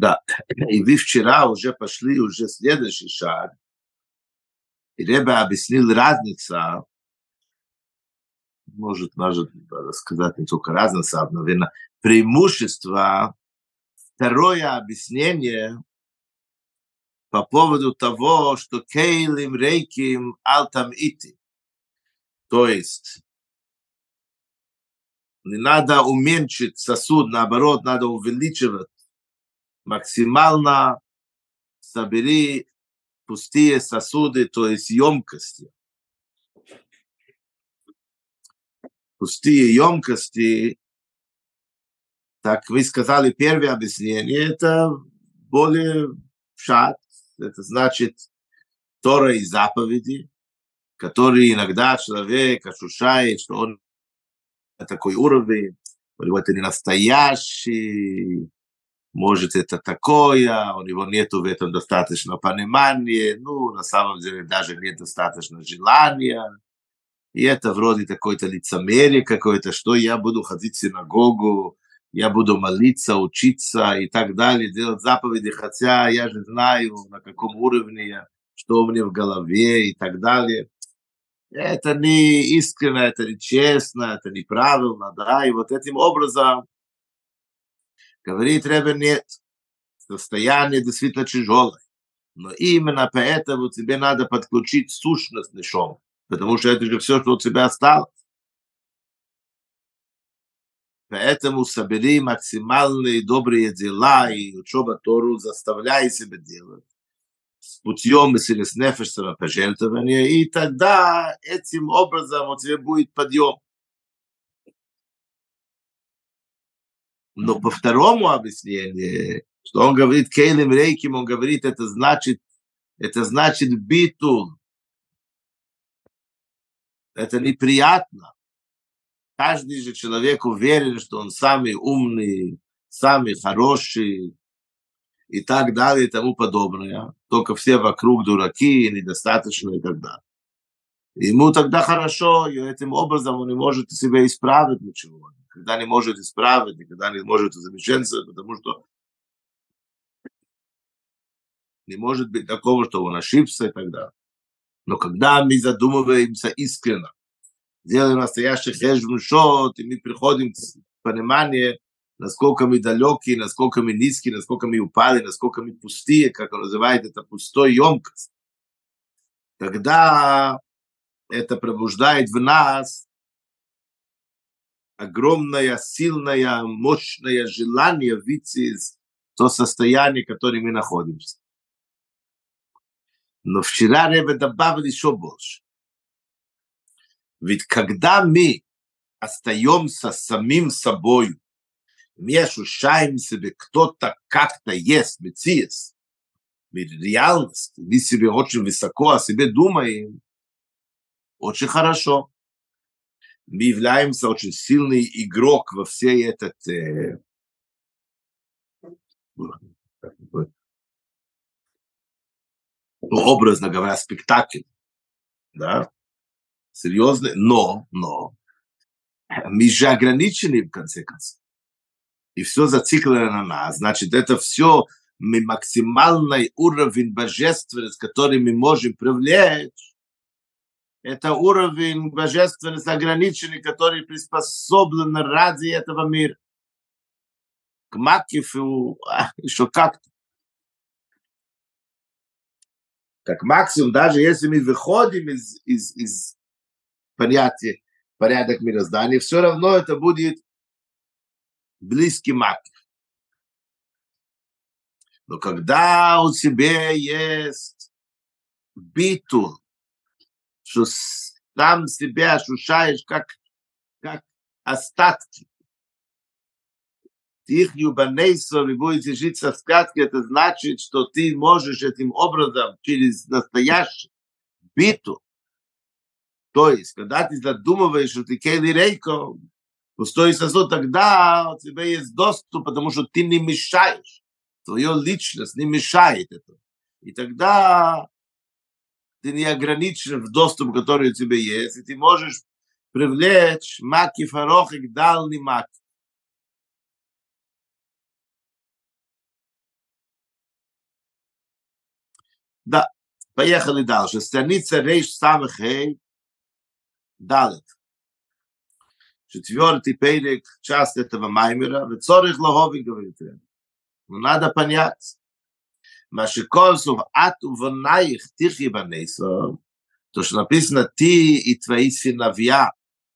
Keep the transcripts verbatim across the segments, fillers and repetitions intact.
Да, и вы вчера уже пошли, уже следующий шаг. И Ребе объяснил разница, может, может сказать не только разница, а, наверное, преимущество. Второе объяснение по поводу того, что кейлим рейким алтам ити. То есть не надо уменьшить сосуд, наоборот, надо увеличивать максимально. Собери пустые сосуды, то есть емкости. Пустые емкости, так вы сказали, первое объяснение, это более шат, это значит Тора и заповеди, которые иногда человек ощущает, что он на такой уровень, у него это не настоящий, может это такое, у него нету в этом достаточно понимания, ну, на самом деле даже нет достаточно желания. И это вроде какое-то лицемерие какое-то, что я буду ходить в синагогу, я буду молиться, учиться и так далее, делать заповеди, хотя я же знаю, на каком уровне я, что у меня в голове и так далее. Это не искренне, это не честно, это неправильно, да, и вот этим образом говорит Ребе, нет, состояние действительно тяжелое, но именно поэтому тебе надо подключить сущность нишом, потому что это же все, что у тебя осталось. Поэтому собери максимальные добрые дела и учеба Тору заставляй себя делать с путем Месилес Нефеш самопожертвования, и тогда этим образом у тебя будет подъем. Но по второму объяснению, что он говорит кейлем рейким, он говорит, это значит, это значит битул. Это неприятно. Каждый же человек уверен, что он самый умный, самый хороший и так далее и тому подобное. Только все вокруг дураки, недостаточно и так далее. Ему тогда хорошо, и этим образом он не может себя исправить ничего. Никогда не может исправить, никогда не может замечаться, потому что не может быть такого, что он ошибся и так далее. Но когда мы задумываемся искренне, делаем настоящий хешбон шот, и мы приходим к пониманию, насколько мы далеки, насколько мы низкие, насколько мы упали, насколько мы пустые, как он называет это, пустой емкость, тогда это пробуждает в нас огромное, сильное, мощное желание выйти из того состояния, в котором мы находимся. Но вчера Ребе добавил еще больше. Ведь когда мы остаемся самим собой, мы ощущаем себе кто-то как-то есть, мециес, реальность, мы себе очень высоко о себе думаем, очень хорошо. Мы являемся очень сильный игрок во всей этот, э, ну, образно говоря, спектакль, да, серьезный, но, но, мы же ограничены в конце концов. И все зациклено на нас. Значит, это все мы максимальный уровень божественности, который мы можем привлечь. Это уровень божественности ограниченный, который приспособлен ради этого мира. К Макифу а, еще как-то. Как максимум, даже если мы выходим из, из, из понятия порядок мироздания, все равно это будет близкий Макиф. Но когда у тебя есть битул, что сам себя ощущаешь как, как остатки, тихью банейсов и будете жить со сказки, это значит, что ты можешь этим образом через настоящий биту, то есть, когда ты задумываешь, что ты кейли рейко, пустой сосуд, тогда у тебя есть доступ, потому что ты не мешаешь, твоя личность не мешает этому. И тогда ты не ограничен в доступе, который у тебя есть, и ты можешь привлечь маки фарохик дальний маки. Да, поехали дальше. Страница рейш самых хей, далит. Четвертый перек, часть этого маймера. Вецорих лохови, говорит он. Но надо понять. Машикол сув ат увонаих тихи банейсо. То, что написано, ты и твои сыновья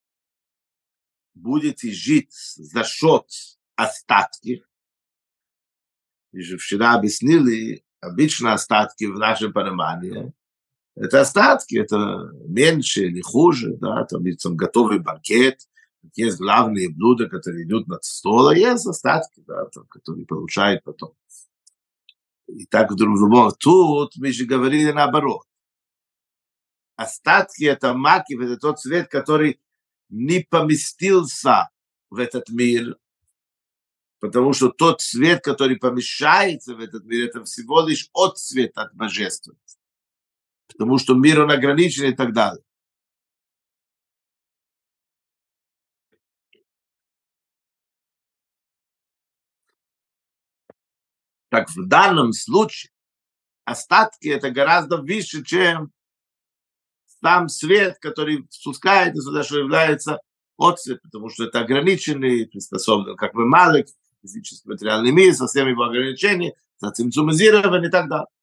будете жить за счет остатки. И же вчера объяснили, обычно остатки в нашем понимании. Это остатки, это меньше или хуже, да, там есть там готовый банкет, есть главные блюда, которые идут на стол, а есть остатки, да, там, которые получают потом. И так в другом. Тут мы же говорили наоборот. Остатки — это макив, это тот цвет, который не поместился в этот мир, потому что тот цвет, который помещается в этот мир, это всего лишь отцвет от божественности, потому что мир, он ограничен и так далее. Так в данном случае остатки — это гораздо выше, чем сам свет, который спускается сюда, что является отцвет, потому что это ограниченный, приспособлен, как бы малый, физический материальный мир, со всеми его ограничениями, зацимцумизирован и так далее.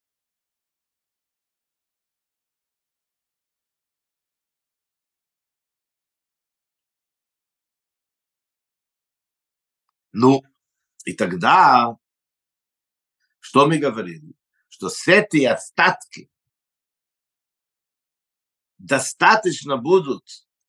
Ну, и тогда, что мы говорили? Что с этой остатки достаточно будут,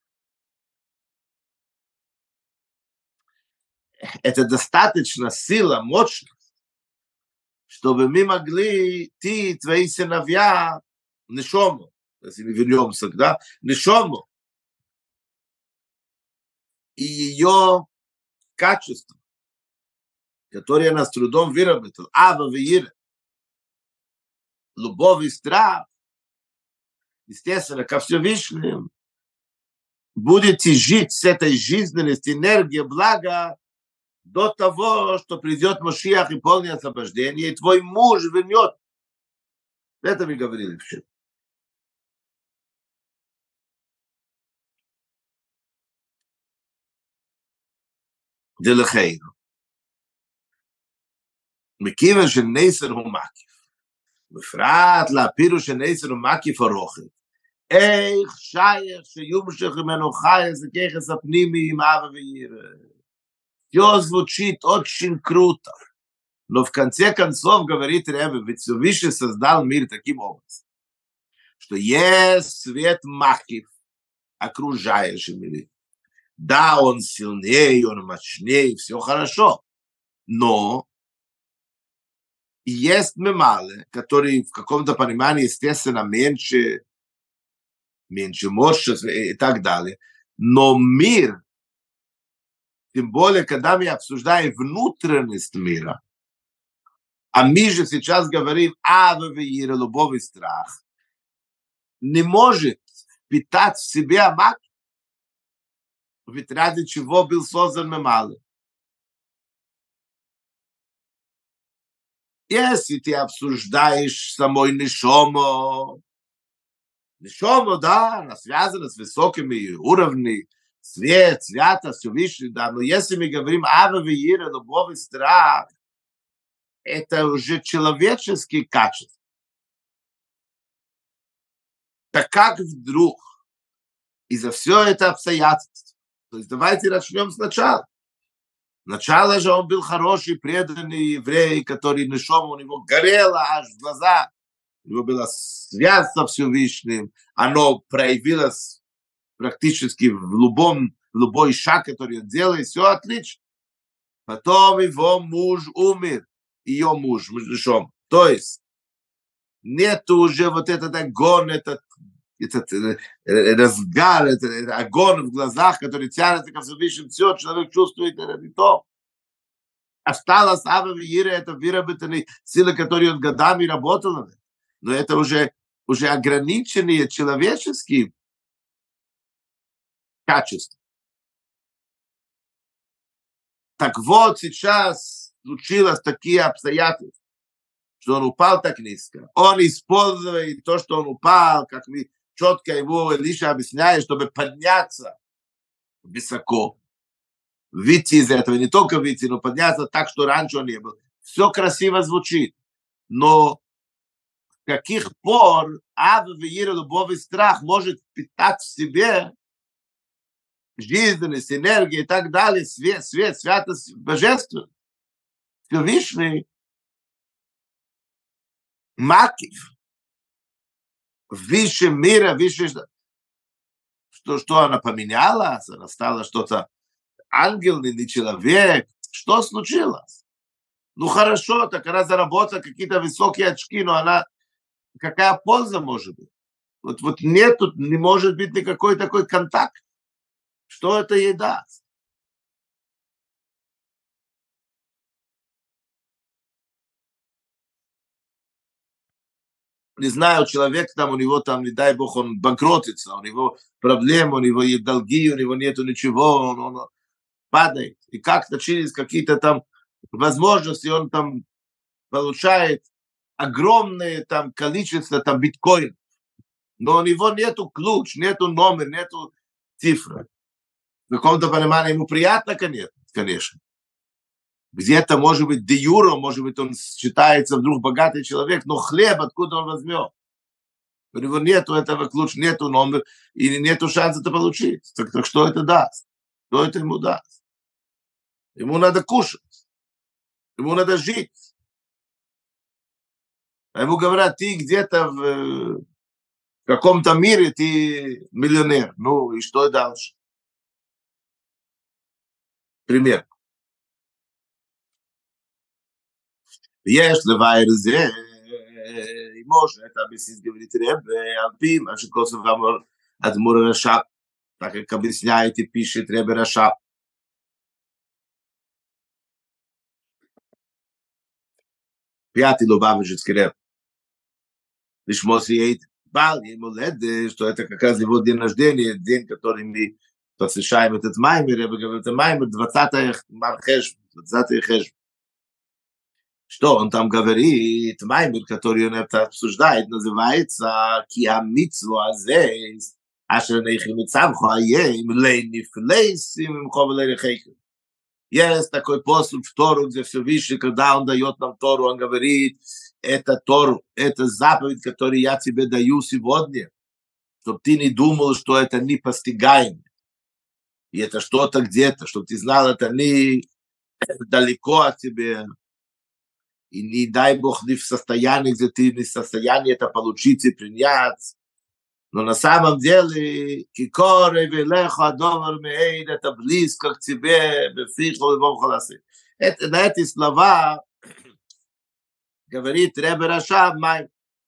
это достаточно сила, мощность, чтобы мы могли, ты и твои сыновья, нешому, если мы вернемся, да, нешому, и ее качество, которое она с трудом выработала, ава веира, любовь и страх, естественно, ко Всевышнему, будете жить с этой жизненностью, энергией, блага, до того, что придет Машиах и полное освобождение, и твой муж вернет. Это мы говорили вчера. Делахейну. מכיוון שנסר הוא מקיף, בפרט לאפירוש שנסר הוא מקיף ארוכת, איך שייך שיומשך ממנו חי איזה ככס הפנימי עם אבא וירא. Все звучит очень круто, но в конце концов, говорит Ребе, ведь Всевышний создал мир таким образом, что есть свет махив, окружающий мир. Да, он сильнее, он мощнее, все хорошо, но есть мемалы, которые в каком-то понимании, естественно, меньше, меньше мощи и так далее, но мир, тем более, когда мы обсуждаем внутренность мира, а мы же сейчас говорим ава веира, любовь и страх, не может впитать в себя мак, ведь ради чего был создан мемалы. Если ты обсуждаешь самой нешомо, нешомо, да, она связана с высокими уровнями, свет, святость, Всевышний, да, но если мы говорим ава веира, любовь и страх, это уже человеческие качества. Так как вдруг из-за все это обстоятельства? То есть давайте начнем сначала. Сначала же он был хороший, преданный еврей, который нишом, у него горело аж в глазах. У него была связь со Всевышним. Оно проявилось практически в любом, в любой шаг, который он делает. Все отлично. Потом его муж умер. Ее муж, нишом. То есть нет уже вот этот огонь, этот, этот э, э, разгар, этот, этот огонь в глазах, который тянется ко Всевышнему. Все, человек чувствует, это не то. Осталась ава веира, это выработанные силы, которые он годами работал над этим. Но это уже, уже ограниченные человеческие качества. Так вот, сейчас случилось такие обстоятельства, что он упал так низко. Он использует то, что он упал, как мы четко его Илиша объясняет, чтобы подняться высоко, выйти из этого, не только выйти, но подняться так, что раньше он не был. Все красиво звучит, но с каких пор Ава, Веира, любовь и страх может питать в себе жизненность, энергию и так далее, свет, свет, святость, божество. Всевышний Макив, выше мира, выше... Что, что она поменялась? Она стала что-то ангел, не человек. Что случилось? Ну хорошо, так она заработала какие-то высокие очки, но она... Какая польза может быть? Вот, вот нет, тут не может быть никакой такой контакт. Что это ей даст? Не знаю, человек там, у него там, не дай бог, он банкротится, у него проблемы, у него есть долги, у него нету ничего, он, он падает. И как-то через какие-то там возможности он там получает огромное там количество там биткоинов. Но у него нету ключ, нету номер, нету цифры. В каком-то понимании ему приятно, конечно. Где-то, может быть, де юра, может быть, он считается вдруг богатый человек, но хлеб откуда он возьмет? У него нету этого ключа, нету номера, и нету шанса это получить. Так, так что это даст? Что это ему даст? Ему надо кушать, ему надо жить. А ему говорят, ты где-то в, в каком-то мире, ты миллионер. Ну и что дальше? Пример. יש לבאר זה, можно это объяснить, говорит Ребе, Алпим, а что Косов Адмур Рашаб, так как объясняет и пишет Ребе Рашаб. Пятый Лубавичский Реб. Лишь Мосиейт Бал, ему лет, что это как раз его день рождения, день, который мы посвящаем этот Маймер, Ребе говорит, Маймер, двадцатый Мархеш, двадцатый Хеш. Что он там говорит, Маймер, который он это обсуждает, называется «Киамитсву азейс, ашер нейхи митцавху аеем, лей нифлейсим им ховелей рехейху». Есть такой посуд в Тору, где Всевышний, когда он дает нам Тору, он говорит, это Тору, это заповедь, которую я тебе даю сегодня, чтобы ты не думал, что это непостигаемо. И это что-то где-то, чтобы ты знал, это не далеко от тебя. И не дай Бог не в состоянии, где ты не в состоянии это получить и принять. Но на самом деле, кикоре велеха довар меэйд, это близко к тебе, бефиху и вовхоласи. Это, на эти слова говорит Ребе Рашаб Май.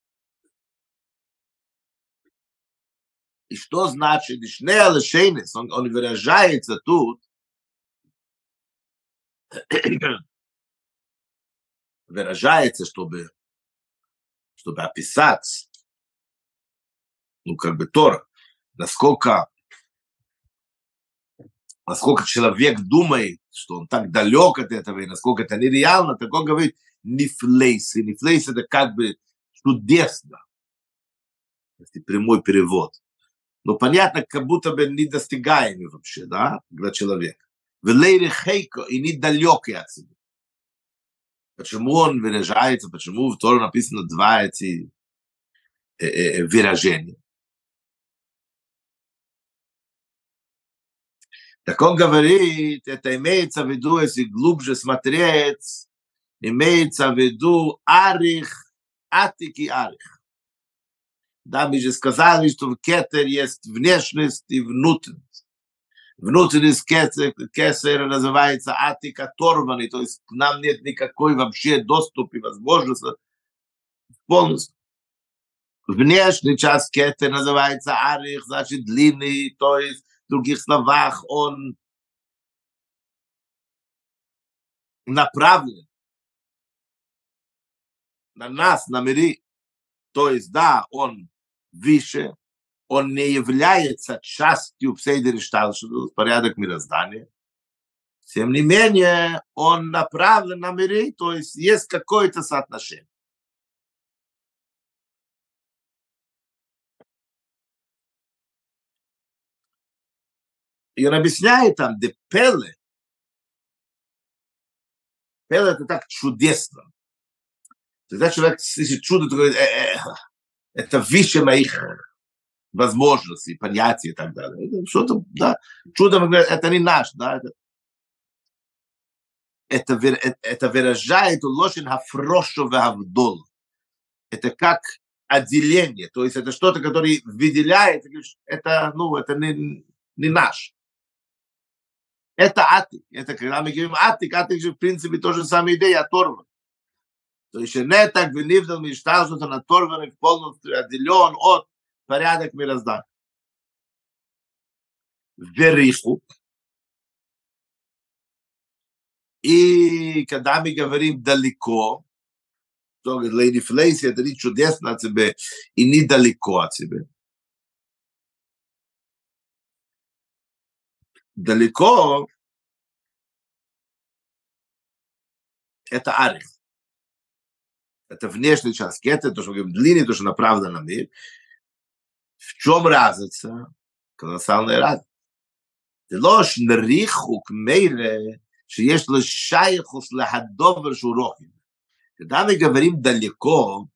И что значит, шнея лешейнес, он, он выражается тут, выражается, чтобы, чтобы описать, ну, как бы Тора, насколько, насколько человек думает, что он так далек от этого, и насколько это нереально, так он говорит нифлейс. И нифлейс это как бы чудесно, если прямой перевод. Но понятно, как будто бы недостигаемый вообще, да, для человека. Велейри хейко и недалекий от себя. Почему он выражается, почему в Торе написано два эти э, э, выражения? Так он говорит, это имеется в виду, если глубже смотреть, имеется в виду арих, атик и арих. Да, мы же сказали, что в кетер есть внешность и внутренность. Внутренность кетера называется атик оторванный, то есть к нам нет никакой вообще доступа и возможности полностью. Внешний часть кетера называется арих, значит длинный, то есть в других словах он направлен на нас, на миры. То есть, да, он выше, он не является частью псейдеришталшего, порядок мироздания. Тем не менее, он направлен на миры, то есть есть какое-то соотношение. И он объясняет там, де пеле, пеле это так чудесно. Когда человек слышит чудо, то говорит, э, э, это выше моих возможностей, понятий и так далее. Что-то, да, чудо, это не наш, да, это, это, это, это выражает лошадь хафрошу вавдол. Это как отделение, то есть это что-то, которое выделяет, это, ну, это не, не наш. Это атик. Это когда мы говорим атик, атик же в принципе тоже самая идея оторван. То есть не так вынивдал мечтал, что он оторван и полностью отделен от порядок мироздания. Вериху. И когда мы говорим далеко, то лейди флейси это не чудесно от себя и не далеко от себя. Далеко это арих. Это внешний час, это то, что мы говорим, длинный, то, что направлено на мир. В чем разница? Колоссальная разница. זה לא שנריחוק מילא שיש לו שייכוס להדובר שהוא רוחים. Когда мы говорим далеко,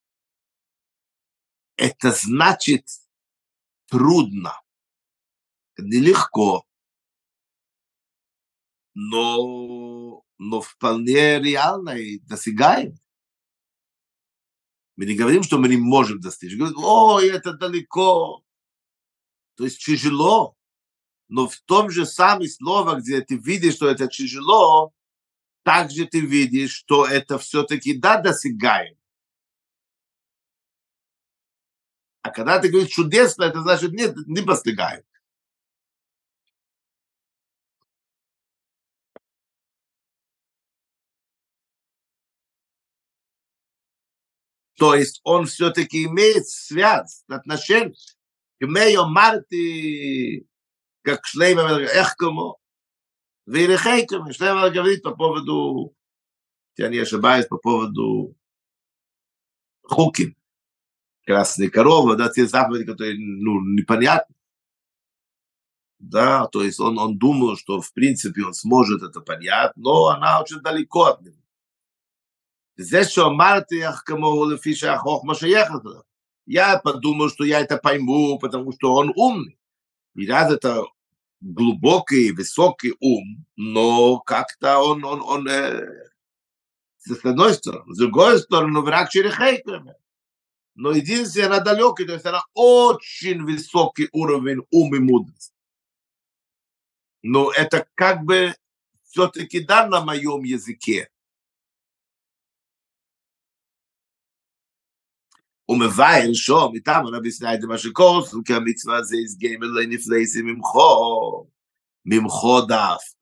это значит трудно, нелегко, но, но вполне реально и досягаемо. Мы не говорим, что мы не можем достичь. Говорим, ой, это далеко. То есть тяжело. Но в том же самом слове, где ты видишь, что это тяжело, также ты видишь, что это все-таки да досягаем. А когда ты говоришь чудесно, это значит нет, не постигаем. То есть он все-таки имеет связь, отношения. Кмею Марти, как Шлеймер, эх, кому. Верехейками. Шлеймер говорит по поводу, я не ошибаюсь, по поводу Хукин. Красная корова, да, те заповеди, которые, ну, непонятны. Да, то есть он, он думал, что в принципе он сможет это понять, но она очень далеко от него. Здесь что Марти, ах, кому лефиша хохма шеехат. Я подумал, что я это пойму, потому что он умный. И раз это глубокий, высокий ум, но как-то он, он, он э, с одной стороны, с другой стороны, враг черехейками. Но единственное, она далекая, то есть она очень высокий уровень ума и мудрости. Но это как бы все-таки да на моем языке. ומבאר שום, איתם הוא נביסנה את מה שקורס, כי המצווה הזה יסגים אלי נפלייסים ממחו, ממחו דווקא.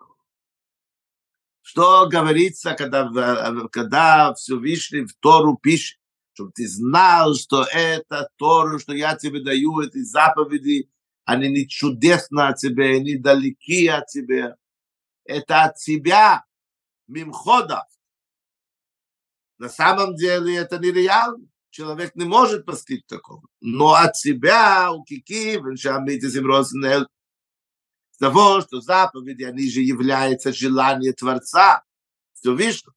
Что говорится, когда, когда Всевышний в Тору пишет, чтобы ты знал, что это Тору, что я тебе даю, эти заповеди, они не чудесны от тебя, они далеки от тебя. Это от тебя, мимхода. На самом деле это нереально. Человек не может постичь такого. Но от себя у Кики, с того, что заповеди, они же являются желанием Творца. Все видно.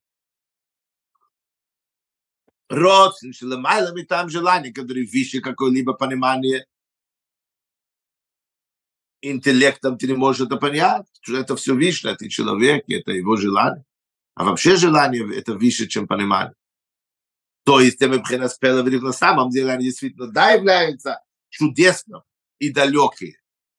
Родственничество, майлами там желание, которые выше какое-либо понимание. Интеллектом ты не можешь это понять. Это все видно, это человек, это его желание. А вообще желание это выше, чем понимание. То есть, тем на самом деле они действительно да являются чудесным и далекие.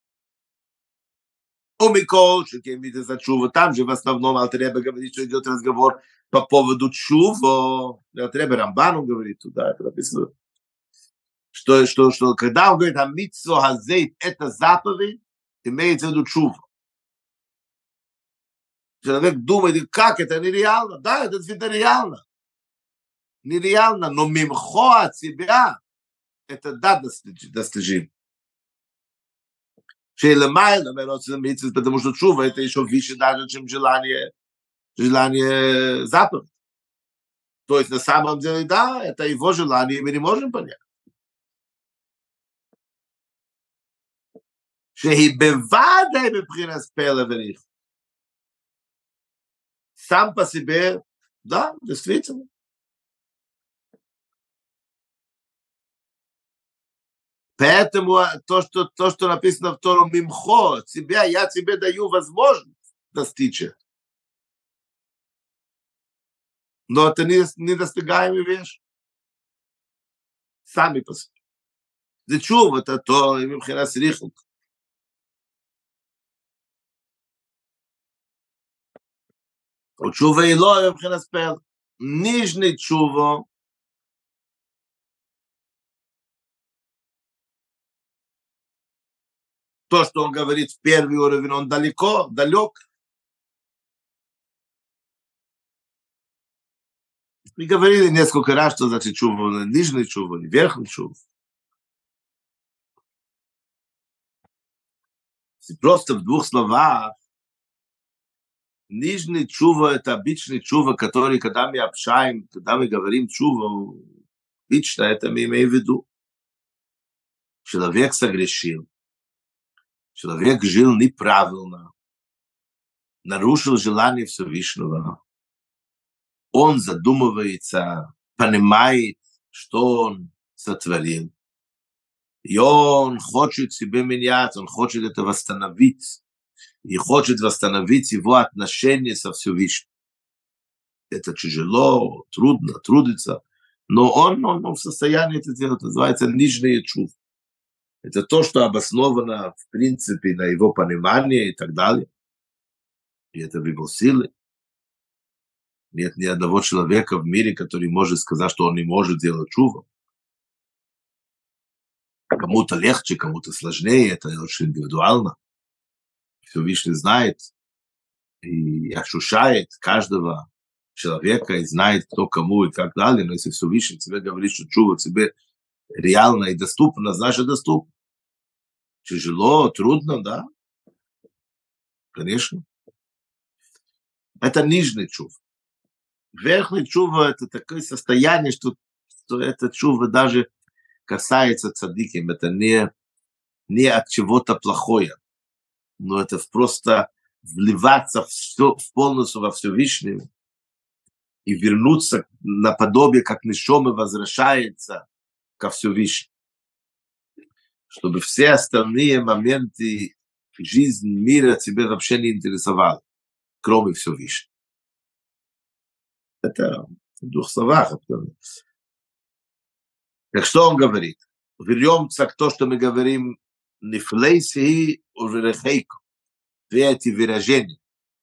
У Микол, что видите за чуву, там же в основном Алтереба говорит, что идет разговор по поводу чуву. Алтереба Рамбану говорит туда, это написано. Что, что, что, когда он говорит, а митцо хазейт, это заповедь, имеется в виду чуву. Человек думает, как это нереально? Да, это действительно реально. Нереально, но мимхо от себя это да достижим. Потому что чува это еще выше даже, чем желание, желание заповедь. То есть на самом деле, да, это его желание, мы не можем понять. שהיא בוודאי מבחינת פלא וריח. Сам по себе, да, действительно. Поэтому то, что, то, что написано в Тору «Мимхо», тебя, я тебе даю возможность достичь этого. Но это не, недостигаемая вещь. Сами по себе. זה תשוב, אתה טוב, מבחינת סריחות. Тшува и лоя מבחינת спел. Нижний тшуво, то, что он говорит в первый уровень, он далеко, далек. Мы говорили несколько раз, что значит тшува, нижний тшува, верхний тшува. Просто в двух словах, нижний тшува — это обычный тшува, который, когда мы общаем, когда мы говорим тшува, лично это мы имеем в виду. Человек согрешил, человек жил неправильно, нарушил желание Всевышнего. Он задумывается, понимает, что он сотворил. И он хочет себе менять, он хочет это восстановить. И хочет восстановить его отношения со Всевышним. Это тяжело, трудно, трудится. Но он, он, он в состоянии это делать. Называется нижний тшув. Это то, что обосновано, в принципе, на его понимании и так далее. И это в его силе. Нет ни одного человека в мире, который может сказать, что он не может делать тшуву. Кому-то легче, кому-то сложнее. Это очень индивидуально. Всевышний знает и ощущает каждого человека, и знает, кто кому и так далее. Но если Всевышний тебе говорит, что тшува тебе реально и доступно, значит доступно. Тяжело, трудно, да? Конечно. Это нижний тшув. Верхний тшува — это такое состояние, что, что это тшува даже касается цадиким. Это не, не от чего-то плохое. Но это просто вливаться все, в полностью во Всевышнего и вернуться наподобие, как нешома возвращается ко Всевышнему. Чтобы все остальные моменты жизни, мира тебя вообще не интересовали, кроме Всевышнего. Это в двух словах. Так что он говорит? Вернемся к тому, что мы говорим, нефлейси уверехейку. Две эти выражения.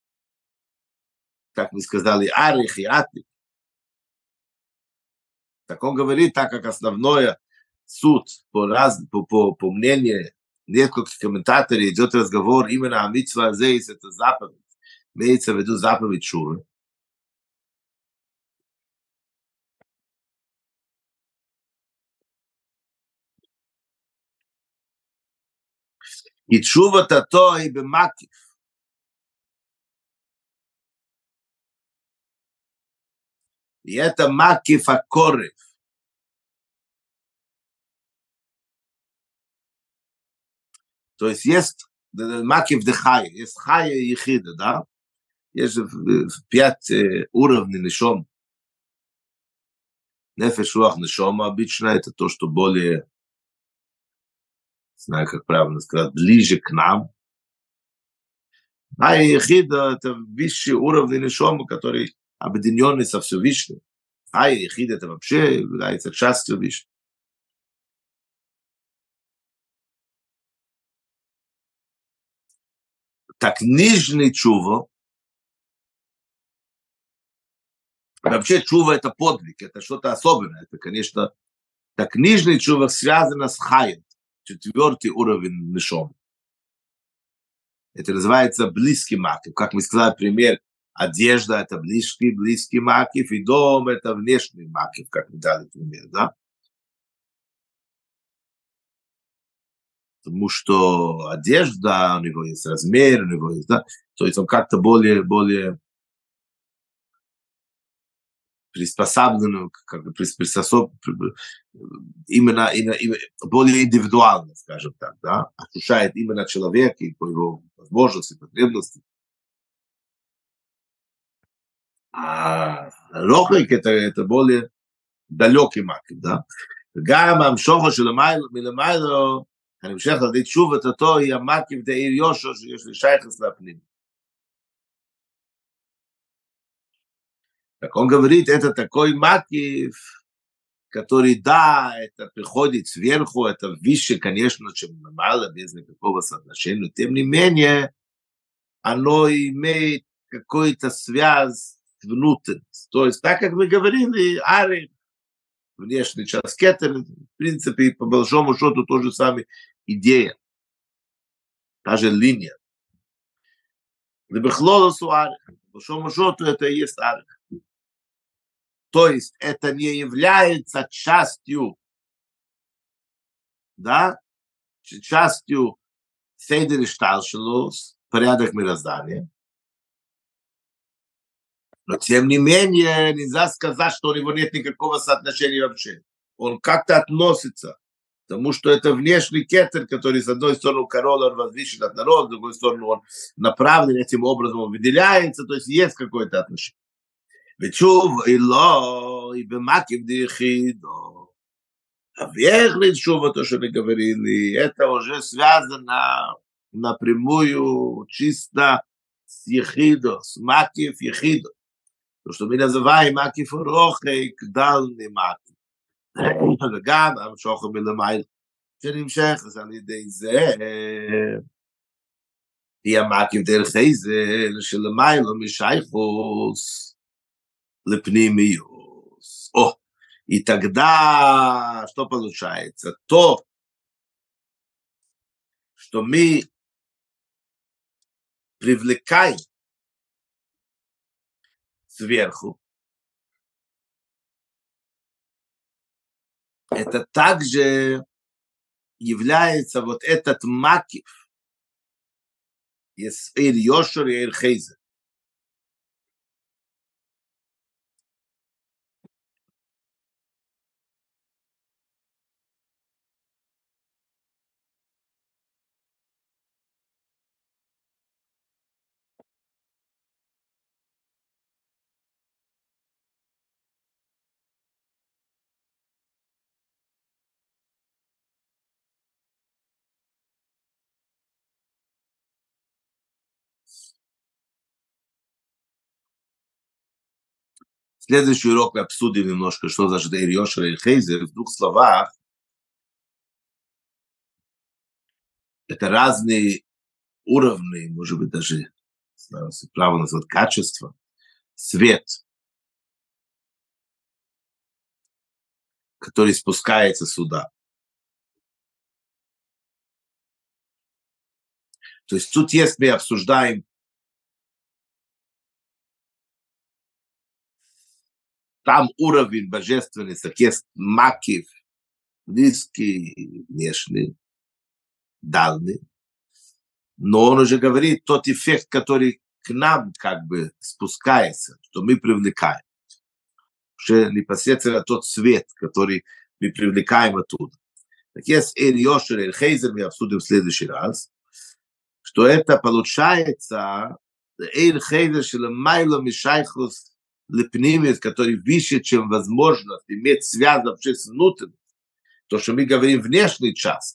Как мы сказали, арих и атик. Так он говорит, так как основное суд, по, раз, по, по, по мнению нескольких комментаторов, идет разговор именно о митцва зейс, это заповедь. Имеется в виду заповедь тшувы. И тшува-то то и бемакив. И это макив акорев. То есть есть макив де хая, есть хая и ехида, да? Есть пять уровней нешом. Нефеш руах нешома обычно, это то, что более, не знаю, как правильно сказать, ближе к нам. А ехида — это высший уровень нешома, который объединенный со Всевышним. А ехида — это вообще является частью Всевышнего. Так нижний тшува, вообще тшува — это подвиг, это что-то особенное. Это, конечно, так нижний тшува связано с хаем, четвертый уровень нешома. Это называется близкий макив. Как мы сказали, пример, одежда — это близкий, близкий макив, и дом — это внешний макив, как мы дали пример, да? Потому что одежда, у него есть размер, у него есть, да? То есть он как-то более, более приспособленную, как бы приспособ... именно, именно, именно более индивидуально, скажем так, да, ощущает именно человек и по его возможности, потребности. А рохик это, это более далекий макив, да. גם המשוחו של המיילו, מלמיילו, אני משך לדעת שוב את אותו, היא המקיף דעיר יושו, שיש לי שייכס לפנים. Так он говорит, это такой макив, который, да, это приходит сверху, это выше, конечно, чем мало, без никакого соотношения, но тем не менее, оно имеет какую-то связь с внутренностью. То есть, так как мы говорили, Ари, внешний час кетер, в принципе, по большому счету, то же самое идея, та же линия. Лебехлолосу арих, по большому счету, это и есть арих. То есть, это не является частью, да, частью сейдер ишталшелус, порядок мироздания. Но, тем не менее, нельзя сказать, что у него нет никакого соотношения вообще. Он как-то относится, потому что это внешний кетер, который, с одной стороны, король, он возвышен от народа, с другой стороны, он направлен этим образом, он выделяется, то есть есть какое-то отношение. ותשוב אלו, היא במקיף דיחידו. Верный шува, то, что мы говорили, это уже связано напрямую, чисто с ехидо, с макив ехидо. То, что мы называем макив рохейк, дальний макив. וגם המשוך מלמעלה, שנמשך על ידי זה, היא המקיף דרך חייזר, שלמעלה משייכוס, лепнимиус. О, и тогда что получается? То, что мы привлекаем сверху, это также является вот этот макив, есть эр йошер и эр хейзер. Следующий урок мы обсудим немножко, что значит эр йошер и эр хейзер. В двух словах, это разные уровни, может быть, даже, если право назвать, качество, свет, который спускается сюда. То есть тут есть, мы обсуждаем там уровень божественности, есть макив, низкий, внешний, дальний. Но он уже говорит, тот эффект, который к нам как бы спускается, что мы привлекаем. Уже непосредственно тот свет, который мы привлекаем оттуда. Так есть эр йошер, эр хейзер, мы обсудим в следующий раз, что это получается эр хейзер шелемайло мишайхус лепнимис, который выше, чем возможность иметь связь вообще с внутренним. То, что мы говорим внешний час.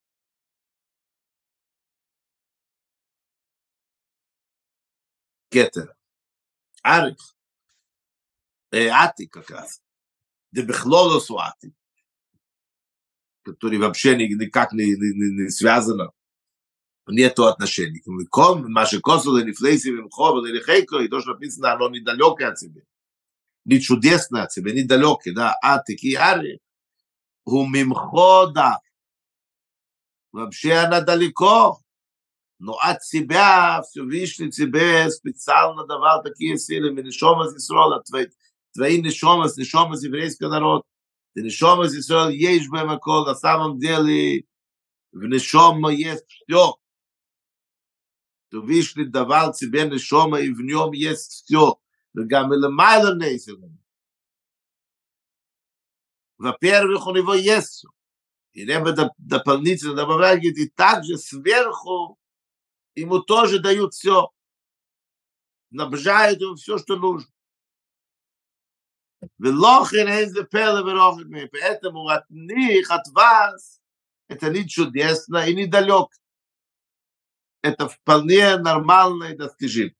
Кетер. Арих. Э, ати как раз. Дебехлолос у ати. Который вообще никак не, не, не, не связано. Нету отношений. Ком, маши косу, да не флейси, вимхо, да не хейко, и то, что написано, оно недалекое от себя. Не чудесное от себя, недалекое, да, ати, ки ари. У мимхо, да. Вообще она далеко. Но от себя Всевышний тебе специально давал такие силы, нишома из Исрола, твои, твои нишома, нишома из еврейского народа. Ты нишома из Исрола, ешь бэмакол, на самом деле в нишома есть все. Всевышний давал тебе нишома, и в нем есть все. Во-первых, у него есть. И Ребе дополнительно добавляет, говорит, и также сверху ему тоже дают все, снабжают ему все, что нужно. Поэтому от них, от вас, это не чудесно и не далек. Это вполне нормально и достижимо.